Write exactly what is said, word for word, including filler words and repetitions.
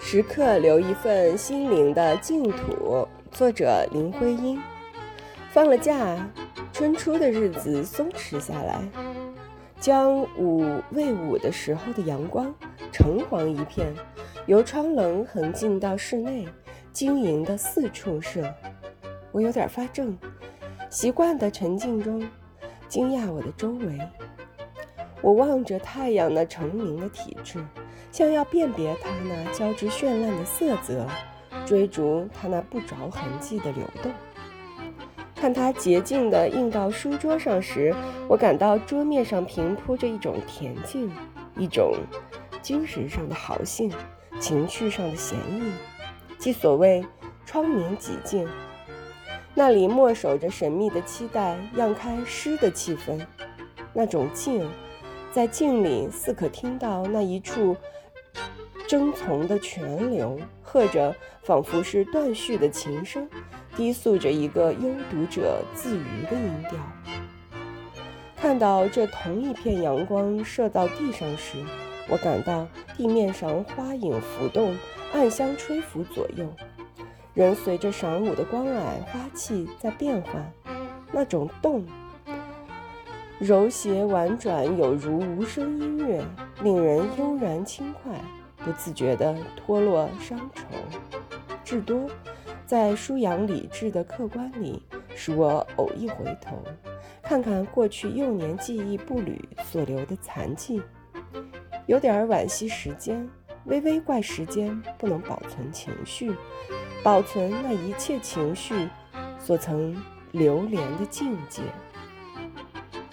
时刻留一份心灵的净土。作者林徽因。放了假，春初的日子松弛下来，将午未午的时候的阳光橙黄一片，由窗棱横进到室内，晶莹的四处射。我有点发怔，习惯的沉静中惊讶我的周围。我望着太阳那澄明的体质，像要辨别它那交织绚烂的色泽，追逐它那不着痕迹的流动。看它洁净地映到书桌上时，我感到桌面上平铺着一种恬静，一种精神上的豪兴，情绪上的闲逸，即所谓窗明几净。那里默守着神秘的期待，漾开诗的气氛。那种静，在静里似可听到那一处争从的泉流，和着仿佛是断续的琴声，低诉着一个幽读者自娱的音调。看到这同一片阳光射到地上时，我感到地面上花影浮动，暗香吹拂左右，人随着晌午的光霭花气在变换。那种动柔谐婉转，有如无声音乐，令人悠然轻快，不自觉地脱落伤愁。至多在舒扬理智的客观里，使我偶一回头，看看过去幼年记忆步履所留的残迹，有点惋惜时间，微微怪时间不能保存情绪，保存那一切情绪所曾流连的境界。